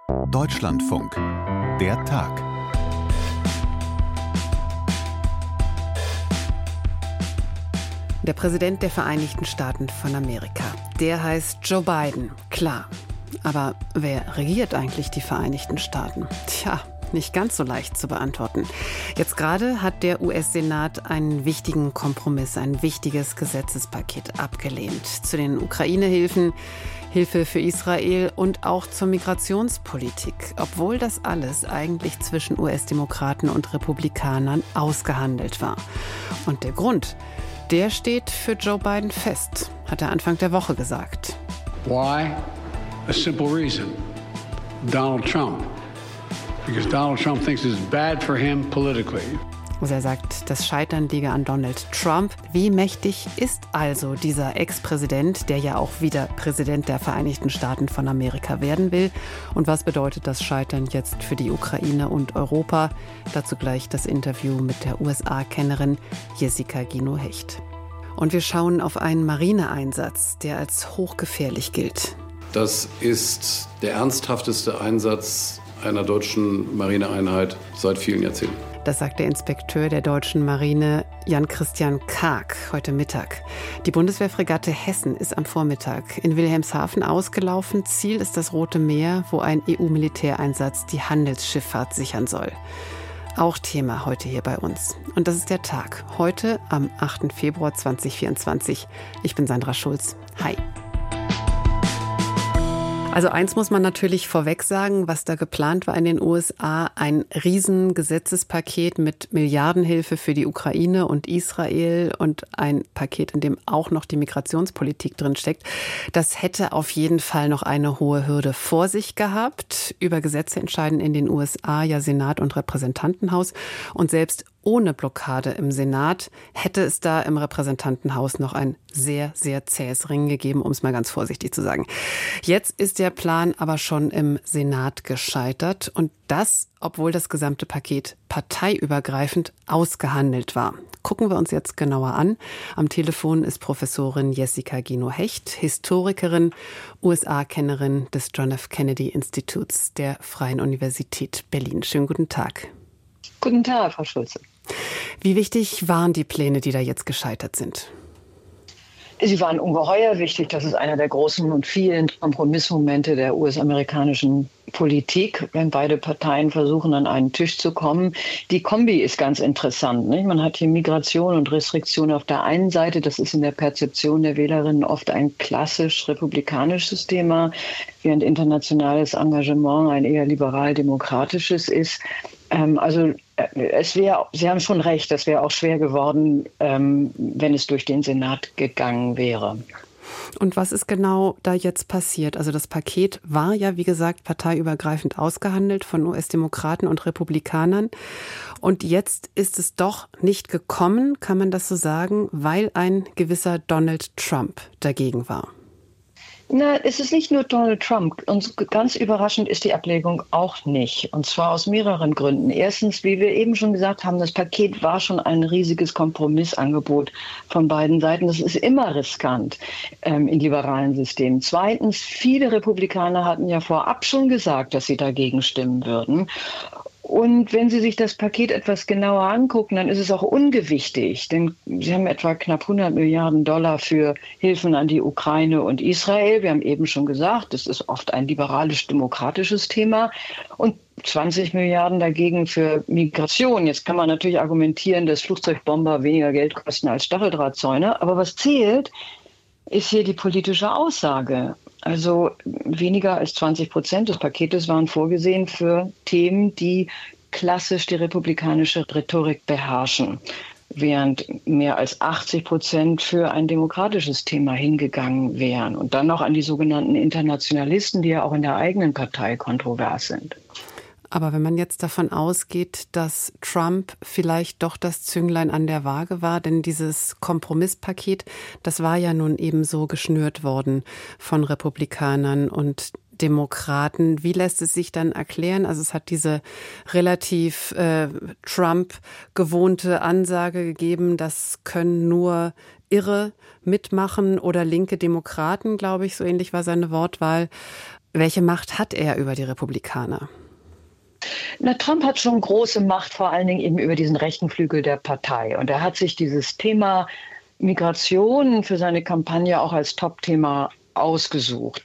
Deutschlandfunk. Der Tag. Der Präsident der Vereinigten Staaten von Amerika, der heißt Joe Biden, klar. Aber wer regiert eigentlich die Vereinigten Staaten? Tja, nicht ganz so leicht zu beantworten. Jetzt gerade hat der US-Senat einen wichtigen Kompromiss, ein wichtiges Gesetzespaket abgelehnt. Zu den Ukraine-Hilfen, Hilfe für Israel und auch zur Migrationspolitik. Obwohl das alles eigentlich zwischen US-Demokraten und Republikanern ausgehandelt war. Und der Grund, der steht für Joe Biden fest, hat er Anfang der Woche gesagt. Why? A simple reason. Donald Trump. Because Donald Trump thinks it's bad for him politically. Also er sagt, das Scheitern liege an Donald Trump. Wie mächtig ist also dieser Ex-Präsident, der ja auch wieder Präsident der Vereinigten Staaten von Amerika werden will? Und was bedeutet das Scheitern jetzt für die Ukraine und Europa? Dazu gleich das Interview mit der USA-Kennerin Jessica Guino-Hecht. Und wir schauen auf einen Marineeinsatz, der als hochgefährlich gilt. Das ist der ernsthafteste Einsatz einer deutschen Marineeinheit seit vielen Jahrzehnten. Das sagt der Inspekteur der deutschen Marine Jan-Christian Karg heute Mittag. Die Bundeswehrfregatte Hessen ist am Vormittag in Wilhelmshaven ausgelaufen. Ziel ist das Rote Meer, wo ein EU-Militäreinsatz die Handelsschifffahrt sichern soll. Auch Thema heute hier bei uns. Und das ist der Tag. Heute am 8. Februar 2024. Ich bin Sandra Schulz. Hi. Also eins muss man natürlich vorweg sagen, was da geplant war in den USA, ein Riesengesetzespaket mit Milliardenhilfe für die Ukraine und Israel und ein Paket, in dem auch noch die Migrationspolitik drin steckt. Das hätte auf jeden Fall noch eine hohe Hürde vor sich gehabt. Über Gesetze entscheiden in den USA ja Senat und Repräsentantenhaus und selbst ohne Blockade im Senat hätte es da im Repräsentantenhaus noch ein sehr, sehr zähes Ringen gegeben, um es mal ganz vorsichtig zu sagen. Jetzt ist der Plan aber schon im Senat gescheitert und das, obwohl das gesamte Paket parteiübergreifend ausgehandelt war. Gucken wir uns jetzt genauer an. Am Telefon ist Professorin Jessica Guino-Hecht, Historikerin, USA-Kennerin des John F. Kennedy Instituts der Freien Universität Berlin. Schönen guten Tag. Guten Tag, Frau Schulze. Wie wichtig waren die Pläne, die da jetzt gescheitert sind? Sie waren ungeheuer wichtig. Das ist einer der großen und vielen Kompromissmomente der US-amerikanischen Politik, wenn beide Parteien versuchen, an einen Tisch zu kommen. Die Kombi ist ganz interessant, nicht? Man hat hier Migration und Restriktion auf der einen Seite. Das ist in der Perzeption der Wählerinnen oft ein klassisch republikanisches Thema, während internationales Engagement ein eher liberal-demokratisches ist. Sie haben schon recht, das wäre auch schwer geworden, wenn es durch den Senat gegangen wäre. Und was ist genau da jetzt passiert? Also das Paket war ja, wie gesagt, parteiübergreifend ausgehandelt von US-Demokraten und Republikanern. Und jetzt ist es doch nicht gekommen, kann man das so sagen, weil ein gewisser Donald Trump dagegen war. Na, es ist nicht nur Donald Trump. Und ganz überraschend ist die Ablehnung auch nicht. Und zwar aus mehreren Gründen. Erstens, wie wir eben schon gesagt haben, das Paket war schon ein riesiges Kompromissangebot von beiden Seiten. Das ist immer riskant in liberalen Systemen. Zweitens, viele Republikaner hatten ja vorab schon gesagt, dass sie dagegen stimmen würden. Und wenn Sie sich das Paket etwas genauer angucken, dann ist es auch ungewichtig, denn Sie haben etwa knapp 100 Milliarden Dollar für Hilfen an die Ukraine und Israel. Wir haben eben schon gesagt, das ist oft ein liberalisch-demokratisches Thema und 20 Milliarden dagegen für Migration. Jetzt kann man natürlich argumentieren, dass Flugzeugbomber weniger Geld kosten als Stacheldrahtzäune, aber was zählt, ist hier die politische Aussage. Also weniger als 20% des Paketes waren vorgesehen für Themen, die klassisch die republikanische Rhetorik beherrschen, während mehr als 80% für ein demokratisches Thema hingegangen wären. Und dann noch an die sogenannten Internationalisten, die ja auch in der eigenen Partei kontrovers sind. Aber wenn man jetzt davon ausgeht, dass Trump vielleicht doch das Zünglein an der Waage war, denn dieses Kompromisspaket, das war ja nun eben so geschnürt worden von Republikanern und Demokraten. Wie lässt es sich dann erklären? Also es hat diese relativ Trump gewohnte Ansage gegeben, das können nur Irre mitmachen oder linke Demokraten, glaube ich, so ähnlich war seine Wortwahl. Welche Macht hat er über die Republikaner? Na, Trump hat schon große Macht, vor allen Dingen eben über diesen rechten Flügel der Partei. Und er hat sich dieses Thema Migration für seine Kampagne auch als Top-Thema ausgesucht.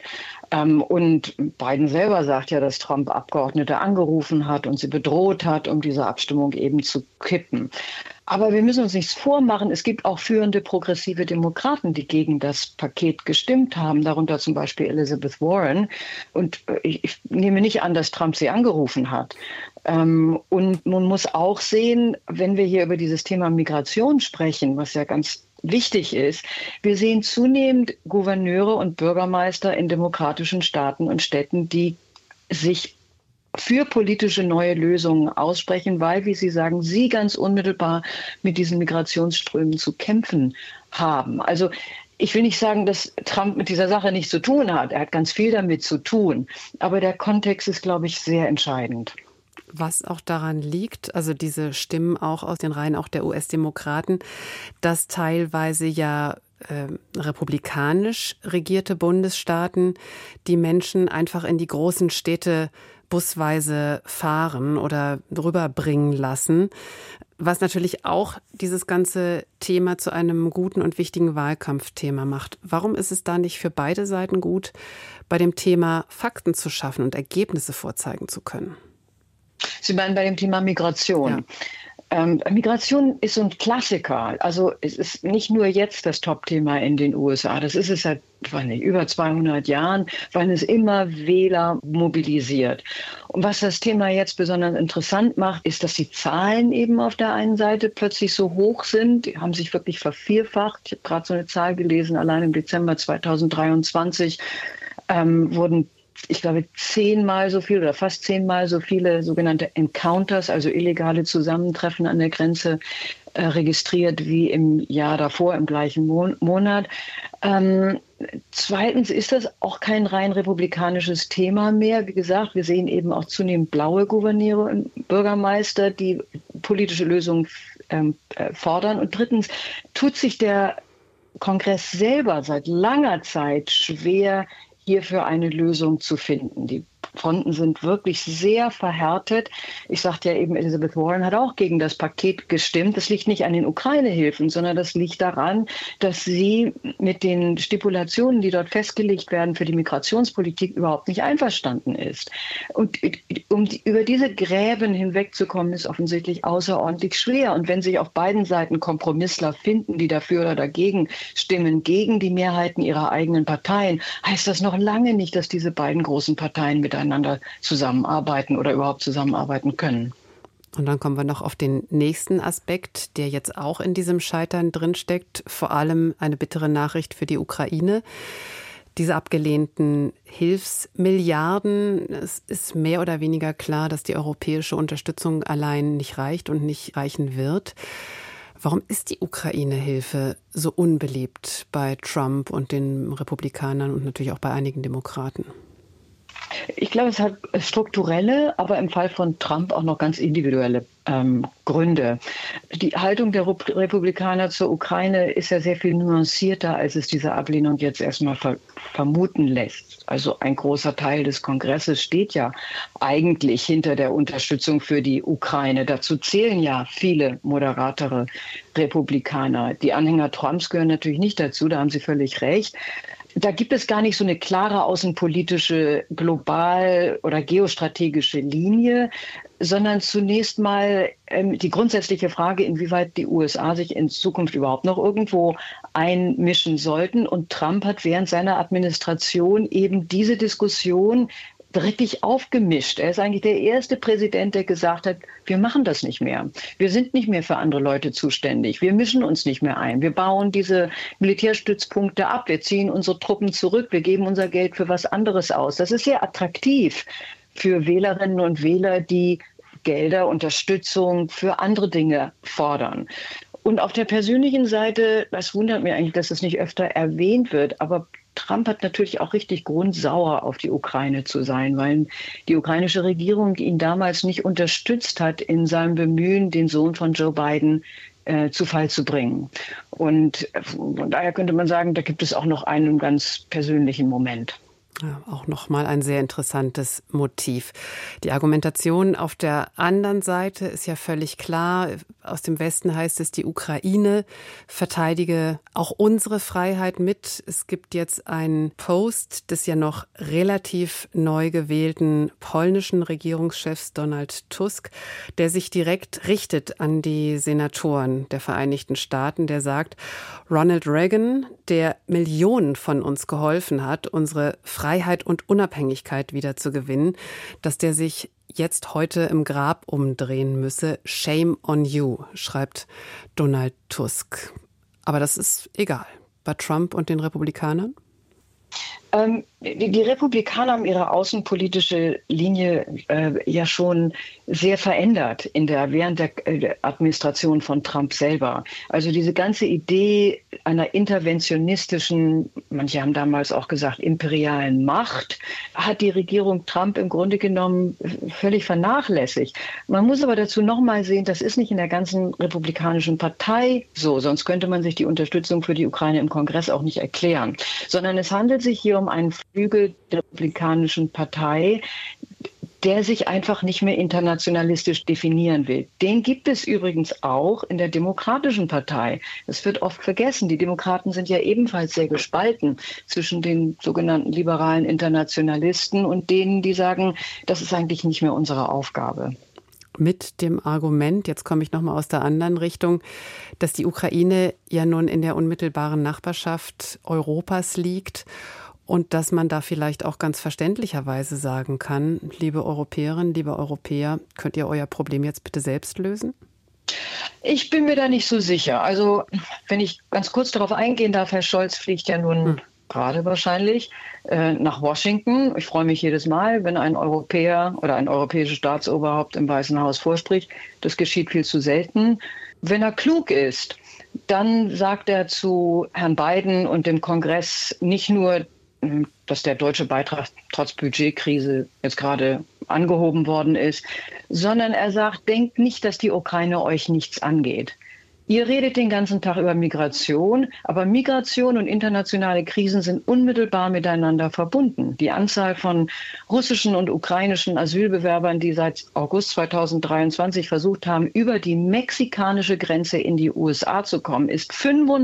Und Biden selber sagt ja, dass Trump Abgeordnete angerufen hat und sie bedroht hat, um diese Abstimmung eben zu kippen. Aber wir müssen uns nichts vormachen. Es gibt auch führende progressive Demokraten, die gegen das Paket gestimmt haben, darunter zum Beispiel Elizabeth Warren. Und ich nehme nicht an, dass Trump sie angerufen hat. Und man muss auch sehen, wenn wir hier über dieses Thema Migration sprechen, was ja ganz wichtig ist, wir sehen zunehmend Gouverneure und Bürgermeister in demokratischen Staaten und Städten, die sich für politische neue Lösungen aussprechen, weil, wie Sie sagen, sie ganz unmittelbar mit diesen Migrationsströmen zu kämpfen haben. Also ich will nicht sagen, dass Trump mit dieser Sache nichts zu tun hat. Er hat ganz viel damit zu tun. Aber der Kontext ist, glaube ich, sehr entscheidend. Was auch daran liegt, also diese Stimmen auch aus den Reihen auch der US-Demokraten, dass teilweise ja republikanisch regierte Bundesstaaten die Menschen einfach in die großen Städte busweise fahren oder rüberbringen lassen, was natürlich auch dieses ganze Thema zu einem guten und wichtigen Wahlkampfthema macht. Warum ist es da nicht für beide Seiten gut, bei dem Thema Fakten zu schaffen und Ergebnisse vorzeigen zu können? Sie meinen bei dem Thema Migration? Ja. Migration ist so ein Klassiker. Also es ist nicht nur jetzt das Top-Thema in den USA. Das ist es seit über 200 Jahren, weil es immer Wähler mobilisiert. Und was das Thema jetzt besonders interessant macht, ist, dass die Zahlen eben auf der einen Seite plötzlich so hoch sind. Die haben sich wirklich vervierfacht. Ich habe gerade so eine Zahl gelesen, allein im Dezember 2023 wurden, ich glaube, 10-mal so viel oder fast 10-mal so viele sogenannte Encounters, also illegale Zusammentreffen an der Grenze, registriert wie im Jahr davor, im gleichen Monat. Zweitens ist das auch kein rein republikanisches Thema mehr. Wie gesagt, wir sehen eben auch zunehmend blaue Gouverneure und Bürgermeister, die politische Lösungen fordern. Und drittens tut sich der Kongress selber seit langer Zeit schwer, hierfür eine Lösung zu finden. Die Fronten sind wirklich sehr verhärtet. Ich sagte ja eben, Elizabeth Warren hat auch gegen das Paket gestimmt. Das liegt nicht an den Ukraine-Hilfen, sondern das liegt daran, dass sie mit den Stipulationen, die dort festgelegt werden für die Migrationspolitik, überhaupt nicht einverstanden ist. Und über diese Gräben hinwegzukommen, ist offensichtlich außerordentlich schwer. Und wenn sich auf beiden Seiten Kompromissler finden, die dafür oder dagegen stimmen, gegen die Mehrheiten ihrer eigenen Parteien, heißt das noch lange nicht, dass diese beiden großen Parteien miteinander zusammenarbeiten oder überhaupt zusammenarbeiten können. Und dann kommen wir noch auf den nächsten Aspekt, der jetzt auch in diesem Scheitern drinsteckt. Vor allem eine bittere Nachricht für die Ukraine. Diese abgelehnten Hilfsmilliarden. Es ist mehr oder weniger klar, dass die europäische Unterstützung allein nicht reicht und nicht reichen wird. Warum ist die Ukraine-Hilfe so unbeliebt bei Trump und den Republikanern und natürlich auch bei einigen Demokraten? Ich glaube, es hat strukturelle, aber im Fall von Trump auch noch ganz individuelle Gründe. Die Haltung der Republikaner zur Ukraine ist ja sehr viel nuancierter, als es diese Ablehnung jetzt erstmal vermuten lässt. Also ein großer Teil des Kongresses steht ja eigentlich hinter der Unterstützung für die Ukraine. Dazu zählen ja viele moderatere Republikaner. Die Anhänger Trumps gehören natürlich nicht dazu, da haben Sie völlig recht. Da gibt es gar nicht so eine klare außenpolitische, global- oder geostrategische Linie, sondern zunächst mal die grundsätzliche Frage, inwieweit die USA sich in Zukunft überhaupt noch irgendwo einmischen sollten. Und Trump hat während seiner Administration eben diese Diskussion richtig aufgemischt. Er ist eigentlich der erste Präsident, der gesagt hat, wir machen das nicht mehr. Wir sind nicht mehr für andere Leute zuständig. Wir mischen uns nicht mehr ein. Wir bauen diese Militärstützpunkte ab. Wir ziehen unsere Truppen zurück. Wir geben unser Geld für was anderes aus. Das ist sehr attraktiv für Wählerinnen und Wähler, die Gelder, Unterstützung für andere Dinge fordern. Und auf der persönlichen Seite, das wundert mich eigentlich, dass es nicht öfter erwähnt wird, aber Trump hat natürlich auch richtig Grund, sauer auf die Ukraine zu sein, weil die ukrainische Regierung ihn damals nicht unterstützt hat in seinem Bemühen, den Sohn von Joe Biden zu Fall zu bringen. Und von daher könnte man sagen, da gibt es auch noch einen ganz persönlichen Moment. Ja, auch nochmal ein sehr interessantes Motiv. Die Argumentation auf der anderen Seite ist ja völlig klar. Aus dem Westen heißt es, die Ukraine verteidige auch unsere Freiheit mit. Es gibt jetzt einen Post des ja noch relativ neu gewählten polnischen Regierungschefs Donald Tusk, der sich direkt richtet an die Senatoren der Vereinigten Staaten. Der sagt, Ronald Reagan, der Millionen von uns geholfen hat, unsere Freiheit und Unabhängigkeit wieder zu gewinnen, dass der sich jetzt heute im Grab umdrehen müsse. Shame on you, schreibt Donald Tusk. Aber das ist egal. Bei Trump und den Republikanern? Die Republikaner haben ihre außenpolitische Linie ja schon sehr verändert während der Administration von Trump selber. Also diese ganze Idee einer interventionistischen, manche haben damals auch gesagt, imperialen Macht, hat die Regierung Trump im Grunde genommen völlig vernachlässigt. Man muss aber dazu nochmal sehen, das ist nicht in der ganzen republikanischen Partei so, sonst könnte man sich die Unterstützung für die Ukraine im Kongress auch nicht erklären, sondern es handelt sich hier um einen Flügel der republikanischen Partei, der sich einfach nicht mehr internationalistisch definieren will. Den gibt es übrigens auch in der Demokratischen Partei. Das wird oft vergessen. Die Demokraten sind ja ebenfalls sehr gespalten zwischen den sogenannten liberalen Internationalisten und denen, die sagen, das ist eigentlich nicht mehr unsere Aufgabe. Mit dem Argument, jetzt komme ich nochmal aus der anderen Richtung, dass die Ukraine ja nun in der unmittelbaren Nachbarschaft Europas liegt und dass man da vielleicht auch ganz verständlicherweise sagen kann, liebe Europäerinnen, liebe Europäer, könnt ihr euer Problem jetzt bitte selbst lösen? Ich bin mir da nicht so sicher. Also wenn ich ganz kurz darauf eingehen darf, Herr Scholz fliegt ja nun gerade wahrscheinlich nach Washington. Ich freue mich jedes Mal, wenn ein Europäer oder ein europäisches Staatsoberhaupt im Weißen Haus vorspricht. Das geschieht viel zu selten. Wenn er klug ist, dann sagt er zu Herrn Biden und dem Kongress nicht nur, dass der deutsche Beitrag trotz Budgetkrise jetzt gerade angehoben worden ist, sondern er sagt, denkt nicht, dass die Ukraine euch nichts angeht. Ihr redet den ganzen Tag über Migration, aber Migration und internationale Krisen sind unmittelbar miteinander verbunden. Die Anzahl von russischen und ukrainischen Asylbewerbern, die seit August 2023 versucht haben, über die mexikanische Grenze in die USA zu kommen, ist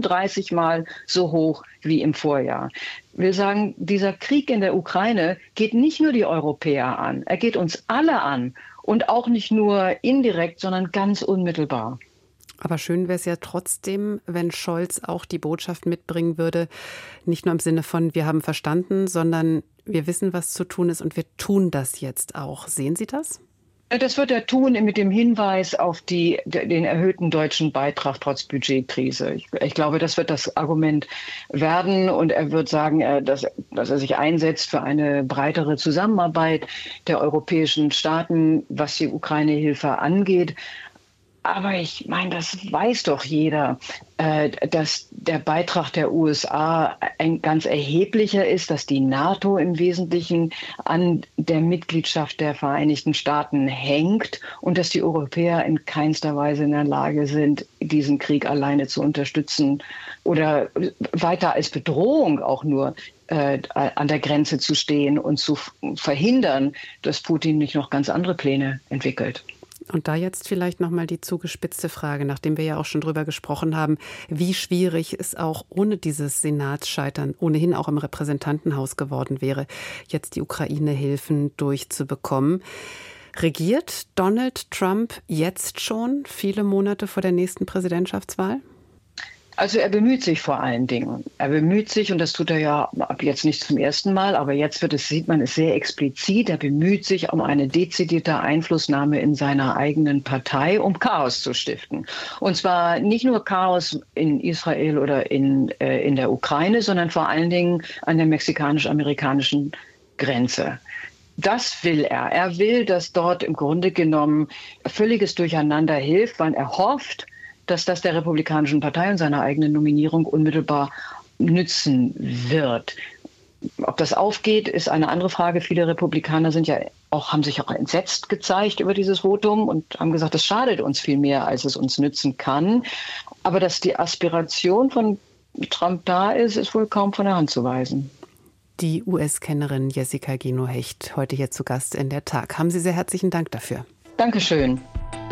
35 Mal so hoch wie im Vorjahr. Wir sagen, dieser Krieg in der Ukraine geht nicht nur die Europäer an, er geht uns alle an und auch nicht nur indirekt, sondern ganz unmittelbar. Aber schön wäre es ja trotzdem, wenn Scholz auch die Botschaft mitbringen würde, nicht nur im Sinne von, wir haben verstanden, sondern wir wissen, was zu tun ist und wir tun das jetzt auch. Sehen Sie das? Das wird er tun mit dem Hinweis auf den erhöhten deutschen Beitrag trotz Budgetkrise. Ich glaube, das wird das Argument werden und er wird sagen, dass er sich einsetzt für eine breitere Zusammenarbeit der europäischen Staaten, was die Ukraine-Hilfe angeht. Aber ich meine, das weiß doch jeder, dass der Beitrag der USA ein ganz erheblicher ist, dass die NATO im Wesentlichen an der Mitgliedschaft der Vereinigten Staaten hängt und dass die Europäer in keinster Weise in der Lage sind, diesen Krieg alleine zu unterstützen oder weiter als Bedrohung auch nur an der Grenze zu stehen und zu verhindern, dass Putin nicht noch ganz andere Pläne entwickelt. Und da jetzt vielleicht nochmal die zugespitzte Frage, nachdem wir ja auch schon drüber gesprochen haben, wie schwierig es auch ohne dieses Senatsscheitern ohnehin auch im Repräsentantenhaus geworden wäre, jetzt die Ukraine-Hilfen durchzubekommen. Regiert Donald Trump jetzt schon viele Monate vor der nächsten Präsidentschaftswahl? Also er bemüht sich vor allen Dingen. Er bemüht sich, und das tut er ja ab jetzt nicht zum ersten Mal, aber jetzt sieht man es sehr explizit, er bemüht sich um eine dezidierte Einflussnahme in seiner eigenen Partei, um Chaos zu stiften. Und zwar nicht nur Chaos in Israel oder in der Ukraine, sondern vor allen Dingen an der mexikanisch-amerikanischen Grenze. Das will er. Er will, dass dort im Grunde genommen völliges Durcheinander hilft, weil er hofft, dass das der Republikanischen Partei und seiner eigenen Nominierung unmittelbar nützen wird. Ob das aufgeht, ist eine andere Frage. Viele Republikaner haben sich auch entsetzt gezeigt über dieses Votum und haben gesagt, das schadet uns viel mehr, als es uns nützen kann. Aber dass die Aspiration von Trump da ist, ist wohl kaum von der Hand zu weisen. die US-Kennerin Jessica Gino-Hecht, heute hier zu Gast in der Tag. Haben Sie sehr herzlichen Dank dafür. Dankeschön.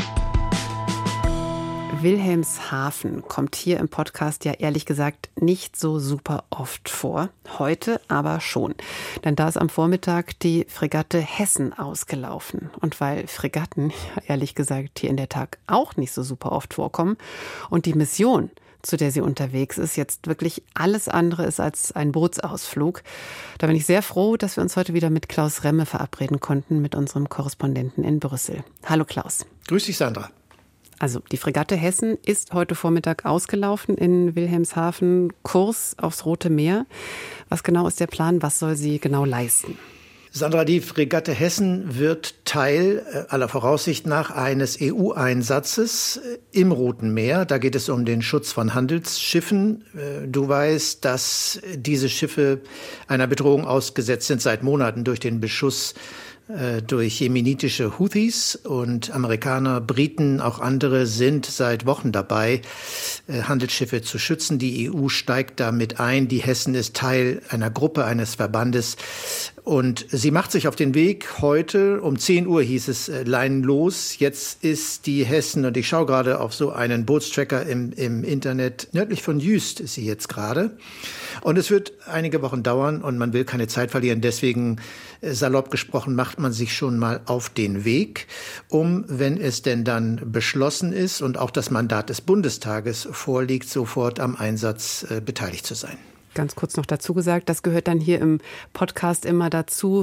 Wilhelmshaven kommt hier im Podcast ja ehrlich gesagt nicht so super oft vor. Heute aber schon. Denn da ist am Vormittag die Fregatte Hessen ausgelaufen. Und weil Fregatten, ehrlich gesagt, hier in der Tag auch nicht so super oft vorkommen und die Mission, zu der sie unterwegs ist, jetzt wirklich alles andere ist als ein Bootsausflug. Da bin ich sehr froh, dass wir uns heute wieder mit Klaus Remme verabreden konnten, mit unserem Korrespondenten in Brüssel. Hallo Klaus. Grüß dich, Sandra. Also die Fregatte Hessen ist heute Vormittag ausgelaufen in Wilhelmshaven, Kurs aufs Rote Meer. Was genau ist der Plan? Was soll sie genau leisten? Sandra, die Fregatte Hessen wird Teil aller Voraussicht nach eines EU-Einsatzes im Roten Meer. Da geht es um den Schutz von Handelsschiffen. Du weißt, dass diese Schiffe einer Bedrohung ausgesetzt sind seit Monaten durch den Beschuss durch jemenitische Houthis, und Amerikaner, Briten, auch andere sind seit Wochen dabei, Handelsschiffe zu schützen. Die EU steigt damit ein. Die Hessen ist Teil einer Gruppe, eines Verbandes. Und sie macht sich auf den Weg. Heute um 10 Uhr hieß es Leinen los. Jetzt ist die Hessen, und ich schaue gerade auf so einen Bootstracker im Internet, nördlich von Jüst ist sie jetzt gerade. Und es wird einige Wochen dauern und man will keine Zeit verlieren. Deswegen, salopp gesprochen, macht man sich schon mal auf den Weg, um, wenn es denn dann beschlossen ist und auch das Mandat des Bundestages vorliegt, sofort am Einsatz beteiligt zu sein. Ganz kurz noch dazu gesagt, das gehört dann hier im Podcast immer dazu.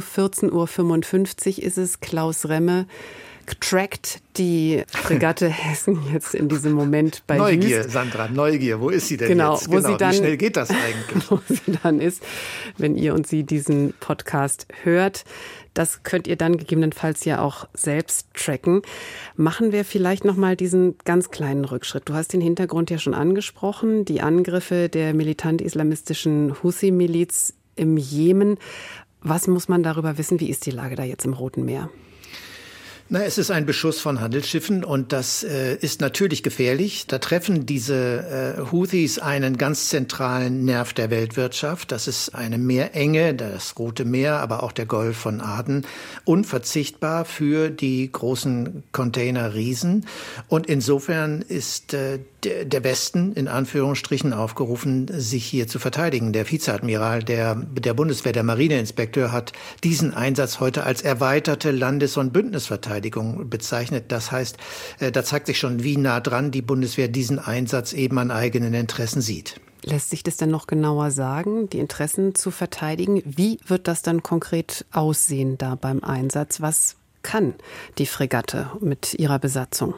14.55 Uhr ist es. Klaus Remme trackt die Fregatte Hessen jetzt in diesem Moment bei Neugier, Jüst. Sandra, Neugier. Wo ist sie denn jetzt? Wo sie dann, wie schnell geht das eigentlich? Wo sie dann ist, wenn ihr und sie diesen Podcast hört. Das könnt ihr dann gegebenenfalls ja auch selbst tracken. Machen wir vielleicht noch mal diesen ganz kleinen Rückschritt. Du hast den Hintergrund ja schon angesprochen, die Angriffe der militant-islamistischen Houthi-Miliz im Jemen. Was muss man darüber wissen? Wie ist die Lage da jetzt im Roten Meer? Na, es ist ein Beschuss von Handelsschiffen und das ist natürlich gefährlich. Da treffen diese Houthis einen ganz zentralen Nerv der Weltwirtschaft. Das ist eine Meerenge, das Rote Meer, aber auch der Golf von Aden, unverzichtbar für die großen Containerriesen. Und insofern ist der Westen in Anführungsstrichen aufgerufen, sich hier zu verteidigen. Der Vizeadmiral der Bundeswehr, der Marineinspekteur, hat diesen Einsatz heute als erweiterte Landes- und Bündnisverteidigung bezeichnet. Das heißt, da zeigt sich schon, wie nah dran die Bundeswehr diesen Einsatz eben an eigenen Interessen sieht. Lässt sich das denn noch genauer sagen, die Interessen zu verteidigen? Wie wird das dann konkret aussehen da beim Einsatz? Was kann die Fregatte mit ihrer Besatzung?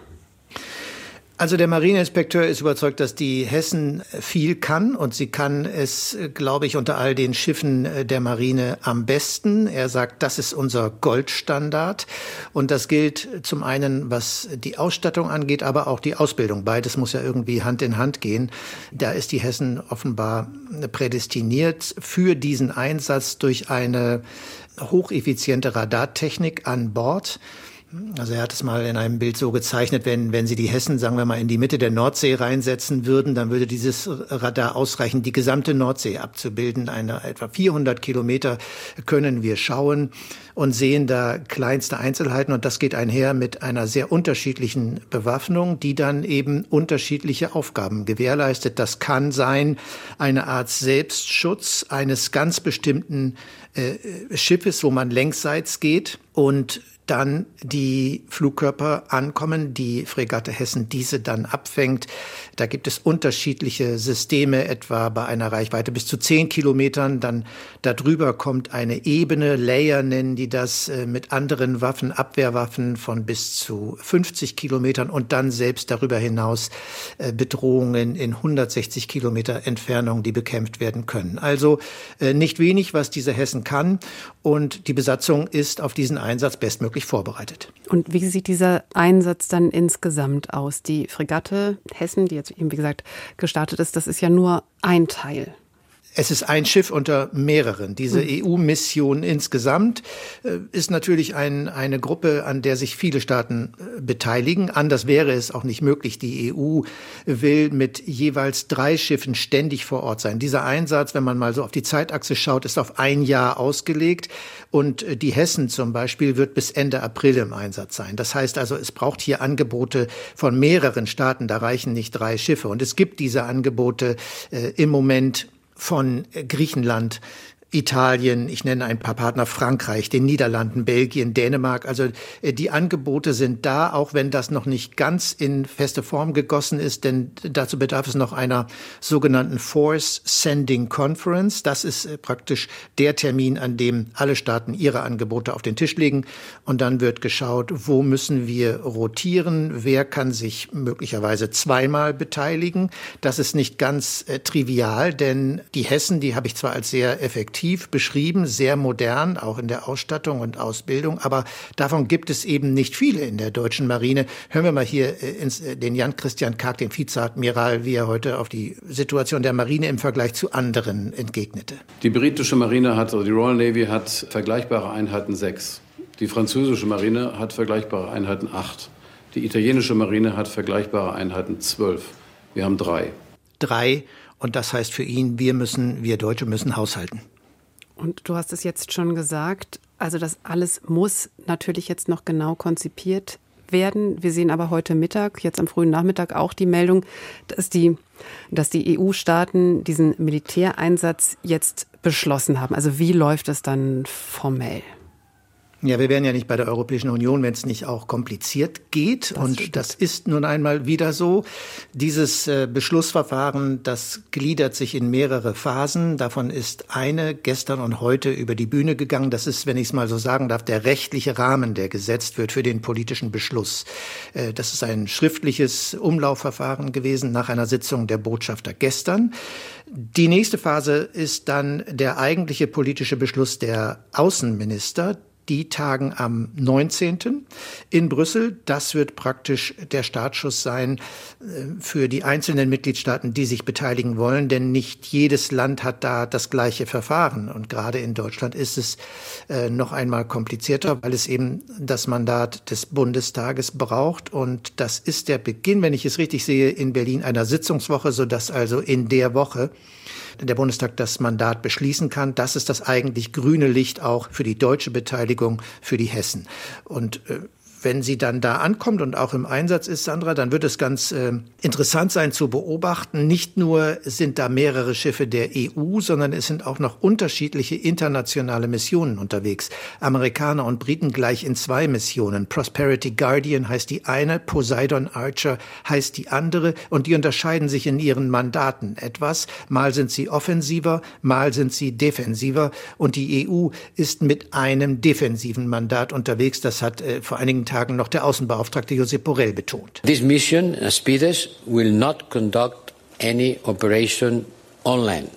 Also der Marineinspekteur ist überzeugt, dass die Hessen viel kann und sie kann es, glaube ich, unter all den Schiffen der Marine am besten. Er sagt, das ist unser Goldstandard und das gilt zum einen, was die Ausstattung angeht, aber auch die Ausbildung. Beides muss ja irgendwie Hand in Hand gehen. Da ist die Hessen offenbar prädestiniert für diesen Einsatz durch eine hocheffiziente Radartechnik an Bord. Also er hat es mal in einem Bild so gezeichnet, wenn Sie die Hessen, sagen wir mal, in die Mitte der Nordsee reinsetzen würden, dann würde dieses Radar ausreichen, die gesamte Nordsee abzubilden. Etwa 400 Kilometer können wir schauen und sehen da kleinste Einzelheiten. Und das geht einher mit einer sehr unterschiedlichen Bewaffnung, die dann eben unterschiedliche Aufgaben gewährleistet. Das kann sein eine Art Selbstschutz eines ganz bestimmten Schiffes, wo man längsseits geht und dann die Flugkörper ankommen, die Fregatte Hessen diese dann abfängt. Da gibt es unterschiedliche Systeme, etwa bei einer Reichweite bis zu 10 Kilometern. Dann darüber kommt eine Ebene, Layer nennen die das, mit anderen Waffen, Abwehrwaffen von bis zu 50 Kilometern und dann selbst darüber hinaus Bedrohungen in 160 Kilometer Entfernung, die bekämpft werden können. Also nicht wenig, was diese Hessen kann, und die Besatzung ist auf diesen Einsatz bestmöglich vorbereitet. Und wie sieht dieser Einsatz dann insgesamt aus? Die Fregatte Hessen, die jetzt eben, wie gesagt, gestartet ist, das ist ja nur ein Teil. Es ist ein Schiff unter mehreren. Diese EU-Mission insgesamt ist natürlich eine Gruppe, an der sich viele Staaten beteiligen. Anders wäre es auch nicht möglich. Die EU will mit jeweils 3 Schiffen ständig vor Ort sein. Dieser Einsatz, wenn man mal so auf die Zeitachse schaut, ist auf ein Jahr ausgelegt. Und die Hessen zum Beispiel wird bis Ende April im Einsatz sein. Das heißt also, es braucht hier Angebote von mehreren Staaten. Da reichen nicht 3 Schiffe. Und es gibt diese Angebote im Moment von Griechenland, Italien, ich nenne ein paar Partner, Frankreich, den Niederlanden, Belgien, Dänemark. Also die Angebote sind da, auch wenn das noch nicht ganz in feste Form gegossen ist, denn dazu bedarf es noch einer sogenannten Force Sending Conference. Das ist praktisch der Termin, an dem alle Staaten ihre Angebote auf den Tisch legen. Und dann wird geschaut, wo müssen wir rotieren, wer kann sich möglicherweise zweimal beteiligen. Das ist nicht ganz trivial, denn die Hessen, die habe ich zwar als sehr effektiv beschrieben, sehr modern, auch in der Ausstattung und Ausbildung. Aber davon gibt es eben nicht viele in der deutschen Marine. Hören wir mal hier den Jan-Christian Karg, den Vizeadmiral, wie er heute auf die Situation der Marine im Vergleich zu anderen entgegnete. Die britische Marine also die Royal Navy hat vergleichbare Einheiten 6. Die französische Marine hat vergleichbare Einheiten 8. Die italienische Marine hat vergleichbare Einheiten 12. Wir haben 3. 3. Und das heißt für ihn, wir Deutsche müssen haushalten. Und du hast es jetzt schon gesagt, also das alles muss natürlich jetzt noch genau konzipiert werden. Wir sehen aber heute Mittag, jetzt am frühen Nachmittag auch die Meldung, dass die EU-Staaten diesen Militäreinsatz jetzt beschlossen haben. Also wie läuft es dann formell? Ja, wir wären ja nicht bei der Europäischen Union, wenn es nicht auch kompliziert geht. Das ist nun einmal wieder so. Dieses Beschlussverfahren, das gliedert sich in mehrere Phasen. Davon ist eine gestern und heute über die Bühne gegangen. Das ist, wenn ich es mal so sagen darf, der rechtliche Rahmen, der gesetzt wird für den politischen Beschluss. Das ist ein schriftliches Umlaufverfahren gewesen nach einer Sitzung der Botschafter gestern. Die nächste Phase ist dann der eigentliche politische Beschluss der Außenminister. Die tagen am 19. in Brüssel. Das wird praktisch der Startschuss sein für die einzelnen Mitgliedstaaten, die sich beteiligen wollen. Denn nicht jedes Land hat da das gleiche Verfahren. Und gerade in Deutschland ist es noch einmal komplizierter, weil es eben das Mandat des Bundestages braucht. Und das ist der Beginn, wenn ich es richtig sehe, in Berlin einer Sitzungswoche, sodass also in der Woche der Bundestag das Mandat beschließen kann. Das ist das eigentlich grüne Licht auch für die deutsche Beteiligung, für die Hessen. Und wenn sie dann da ankommt und auch im Einsatz ist, Sandra, dann wird es ganz interessant sein zu beobachten. Nicht nur sind da mehrere Schiffe der EU, sondern es sind auch noch unterschiedliche internationale Missionen unterwegs. Amerikaner und Briten gleich in 2 Missionen. Prosperity Guardian heißt die eine, Poseidon Archer heißt die andere. Und die unterscheiden sich in ihren Mandaten etwas. Mal sind sie offensiver, mal sind sie defensiver. Und die EU ist mit einem defensiven Mandat unterwegs. Das hat vor einigen Tagen noch der Außenbeauftragte Josep Borrell betont. This mission, Aspides, will not conduct any operation on land,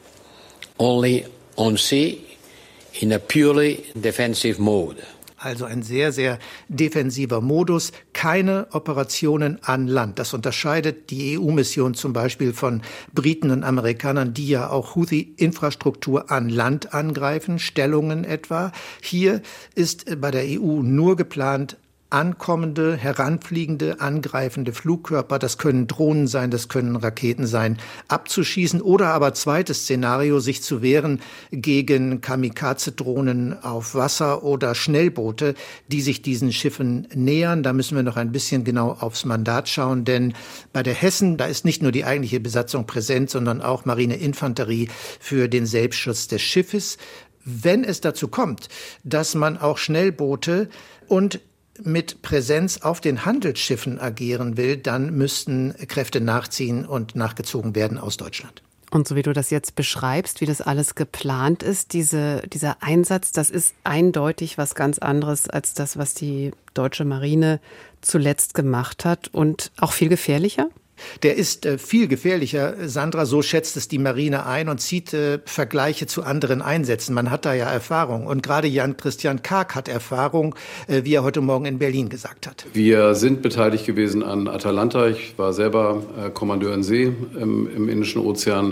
only on sea in a purely defensive mode. Also ein sehr, sehr defensiver Modus. Keine Operationen an Land. Das unterscheidet die EU-Mission zum Beispiel von Briten und Amerikanern, die ja auch Houthi-Infrastruktur an Land angreifen, Stellungen etwa. Hier ist bei der EU nur geplant, ankommende, heranfliegende, angreifende Flugkörper, das können Drohnen sein, das können Raketen sein, abzuschießen oder aber zweites Szenario, sich zu wehren gegen Kamikaze-Drohnen auf Wasser oder Schnellboote, die sich diesen Schiffen nähern. Da müssen wir noch ein bisschen genau aufs Mandat schauen, denn bei der Hessen, da ist nicht nur die eigentliche Besatzung präsent, sondern auch Marineinfanterie für den Selbstschutz des Schiffes. Wenn es dazu kommt, dass man auch Schnellboote und mit Präsenz auf den Handelsschiffen agieren will, dann müssten Kräfte nachziehen und nachgezogen werden aus Deutschland. Und so wie du das jetzt beschreibst, wie das alles geplant ist, dieser Einsatz, das ist eindeutig was ganz anderes als das, was die deutsche Marine zuletzt gemacht hat und auch viel gefährlicher? Der ist viel gefährlicher, Sandra, so schätzt es die Marine ein und zieht Vergleiche zu anderen Einsätzen. Man hat da ja Erfahrung und gerade Jan-Christian Karg hat Erfahrung, wie er heute Morgen in Berlin gesagt hat. Wir sind beteiligt gewesen an Atalanta. Ich war selber Kommandeur in See im Indischen Ozean.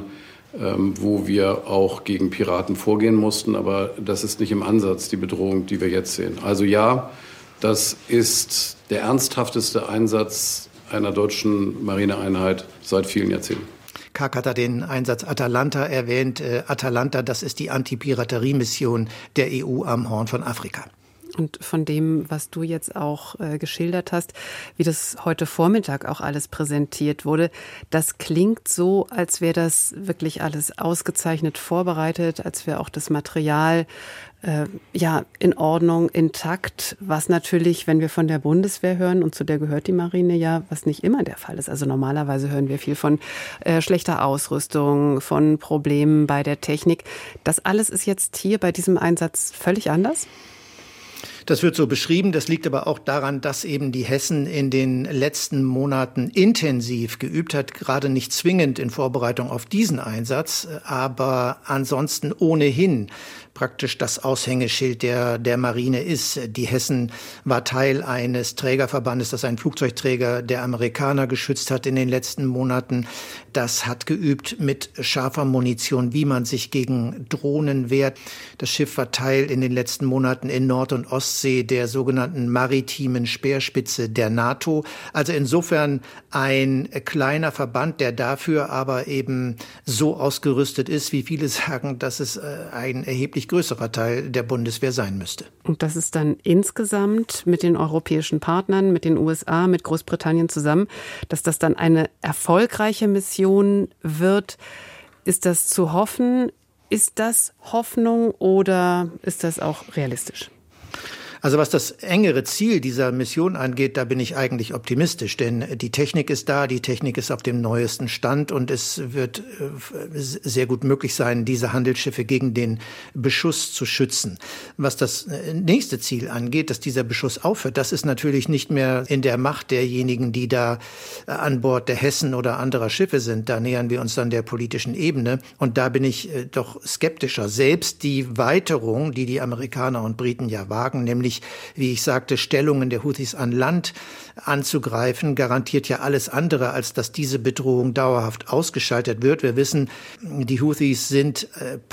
wo wir auch gegen Piraten vorgehen mussten. Aber das ist nicht im Ansatz die Bedrohung, die wir jetzt sehen. Also ja, das ist der ernsthafteste Einsatz einer deutschen Marineeinheit seit vielen Jahrzehnten. Karg hat da den Einsatz Atalanta erwähnt. Atalanta, das ist die Antipiraterie-Mission der EU am Horn von Afrika. Und von dem, was du jetzt auch geschildert hast, wie das heute Vormittag auch alles präsentiert wurde, das klingt so, als wäre das wirklich alles ausgezeichnet vorbereitet, als wäre auch das Material in Ordnung, intakt, was natürlich, wenn wir von der Bundeswehr hören, und zu der gehört die Marine ja, was nicht immer der Fall ist. Also normalerweise hören wir viel von schlechter Ausrüstung, von Problemen bei der Technik. Das alles ist jetzt hier bei diesem Einsatz völlig anders? Das wird so beschrieben. Das liegt aber auch daran, dass eben die Hessen in den letzten Monaten intensiv geübt hat, gerade nicht zwingend in Vorbereitung auf diesen Einsatz, aber ansonsten ohnehin praktisch das Aushängeschild der Marine ist. Die Hessen war Teil eines Trägerverbandes, das einen Flugzeugträger der Amerikaner geschützt hat in den letzten Monaten. Das hat geübt mit scharfer Munition, wie man sich gegen Drohnen wehrt. Das Schiff war Teil in den letzten Monaten in Nord- und Ostsee der sogenannten maritimen Speerspitze der NATO. Also insofern ein kleiner Verband, der dafür aber eben so ausgerüstet ist, wie viele sagen, dass es ein erheblich größerer Teil der Bundeswehr sein müsste. Und das ist dann insgesamt mit den europäischen Partnern, mit den USA, mit Großbritannien zusammen, dass das dann eine erfolgreiche Mission wird. Ist das zu hoffen? Ist das Hoffnung oder ist das auch realistisch? Also was das engere Ziel dieser Mission angeht, da bin ich eigentlich optimistisch, denn die Technik ist da, die Technik ist auf dem neuesten Stand und es wird sehr gut möglich sein, diese Handelsschiffe gegen den Beschuss zu schützen. Was das nächste Ziel angeht, dass dieser Beschuss aufhört, das ist natürlich nicht mehr in der Macht derjenigen, die da an Bord der Hessen oder anderer Schiffe sind. Da nähern wir uns dann der politischen Ebene und da bin ich doch skeptischer. Selbst die Weiterung, die die Amerikaner und Briten ja wagen, nämlich wie ich sagte, Stellungen der Houthis an Land anzugreifen, garantiert ja alles andere, als dass diese Bedrohung dauerhaft ausgeschaltet wird. Wir wissen, die Houthis sind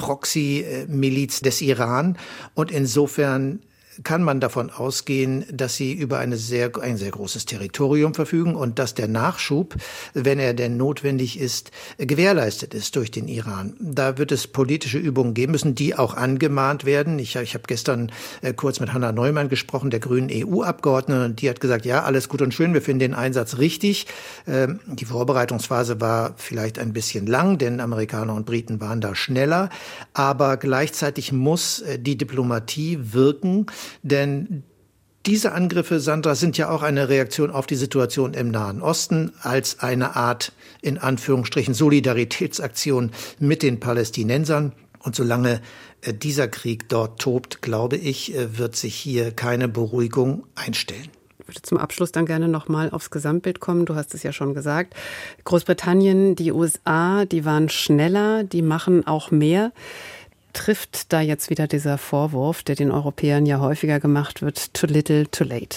Proxy-Miliz des Iran und insofern kann man davon ausgehen, dass sie über ein sehr großes Territorium verfügen und dass der Nachschub, wenn er denn notwendig ist, gewährleistet ist durch den Iran. Da wird es politische Übungen geben müssen, die auch angemahnt werden. Ich habe gestern kurz mit Hanna Neumann gesprochen, der grünen EU-Abgeordneten, und die hat gesagt, ja, alles gut und schön, wir finden den Einsatz richtig. Die Vorbereitungsphase war vielleicht ein bisschen lang, denn Amerikaner und Briten waren da schneller, aber gleichzeitig muss die Diplomatie wirken. Denn diese Angriffe, Sandra, sind ja auch eine Reaktion auf die Situation im Nahen Osten als eine Art, in Anführungsstrichen, Solidaritätsaktion mit den Palästinensern. Und solange dieser Krieg dort tobt, glaube ich, wird sich hier keine Beruhigung einstellen. Ich würde zum Abschluss dann gerne noch mal aufs Gesamtbild kommen. Du hast es ja schon gesagt. Großbritannien, die USA, die waren schneller, die machen auch mehr. Trifft da jetzt wieder dieser Vorwurf, der den Europäern ja häufiger gemacht wird, too little, too late?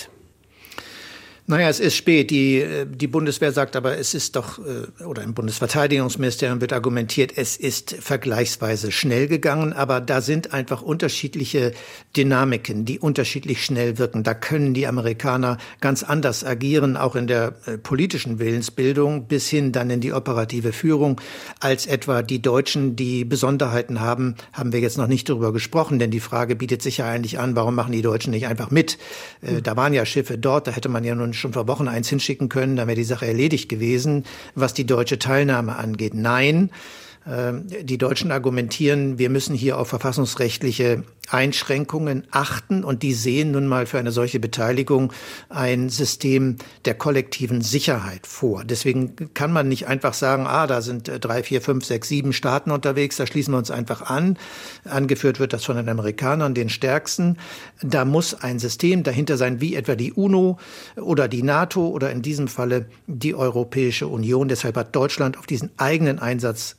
Naja, es ist spät. Die Bundeswehr sagt aber, es ist doch, oder im Bundesverteidigungsministerium wird argumentiert, es ist vergleichsweise schnell gegangen, aber da sind einfach unterschiedliche Dynamiken, die unterschiedlich schnell wirken. Da können die Amerikaner ganz anders agieren, auch in der politischen Willensbildung bis hin dann in die operative Führung, als etwa die Deutschen, die Besonderheiten haben wir jetzt noch nicht darüber gesprochen, denn die Frage bietet sich ja eigentlich an, warum machen die Deutschen nicht einfach mit? Da waren ja Schiffe dort, da hätte man ja nun schon vor Wochen eins hinschicken können, dann wäre die Sache erledigt gewesen, was die deutsche Teilnahme angeht. Nein, die Deutschen argumentieren, wir müssen hier auf verfassungsrechtliche Einschränkungen achten und die sehen nun mal für eine solche Beteiligung ein System der kollektiven Sicherheit vor. Deswegen kann man nicht einfach sagen, da sind 3, 4, 5, 6, 7 Staaten unterwegs, da schließen wir uns einfach an. Angeführt wird das von den Amerikanern, den stärksten. Da muss ein System dahinter sein, wie etwa die UNO oder die NATO oder in diesem Falle die Europäische Union. Deshalb hat Deutschland auf diesen eigenen Einsatz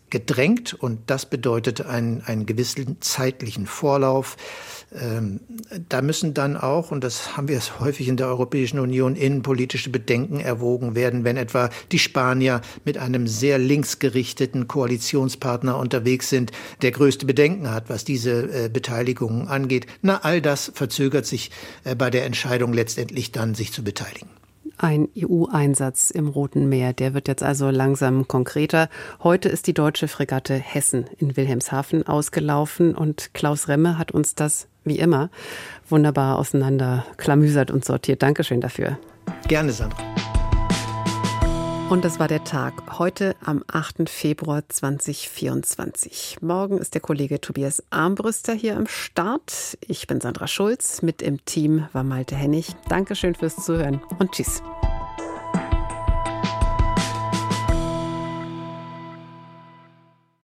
gedrängt und das bedeutet einen gewissen zeitlichen Vorlauf. Da müssen dann auch, und das haben wir es häufig in der Europäischen Union, innenpolitische Bedenken erwogen werden, wenn etwa die Spanier mit einem sehr linksgerichteten Koalitionspartner unterwegs sind, der größte Bedenken hat, was diese Beteiligungen angeht. All das verzögert sich bei der Entscheidung letztendlich dann, sich zu beteiligen. Ein EU-Einsatz im Roten Meer, der wird jetzt also langsam konkreter. Heute ist die deutsche Fregatte Hessen in Wilhelmshaven ausgelaufen und Klaus Remme hat uns das, wie immer, wunderbar auseinanderklamüsert und sortiert. Dankeschön dafür. Gerne, Sandra. Und das war der Tag, heute am 8. Februar 2024. Morgen ist der Kollege Tobias Armbruster hier am Start. Ich bin Sandra Schulz, mit im Team war Malte Hennig. Dankeschön fürs Zuhören und tschüss.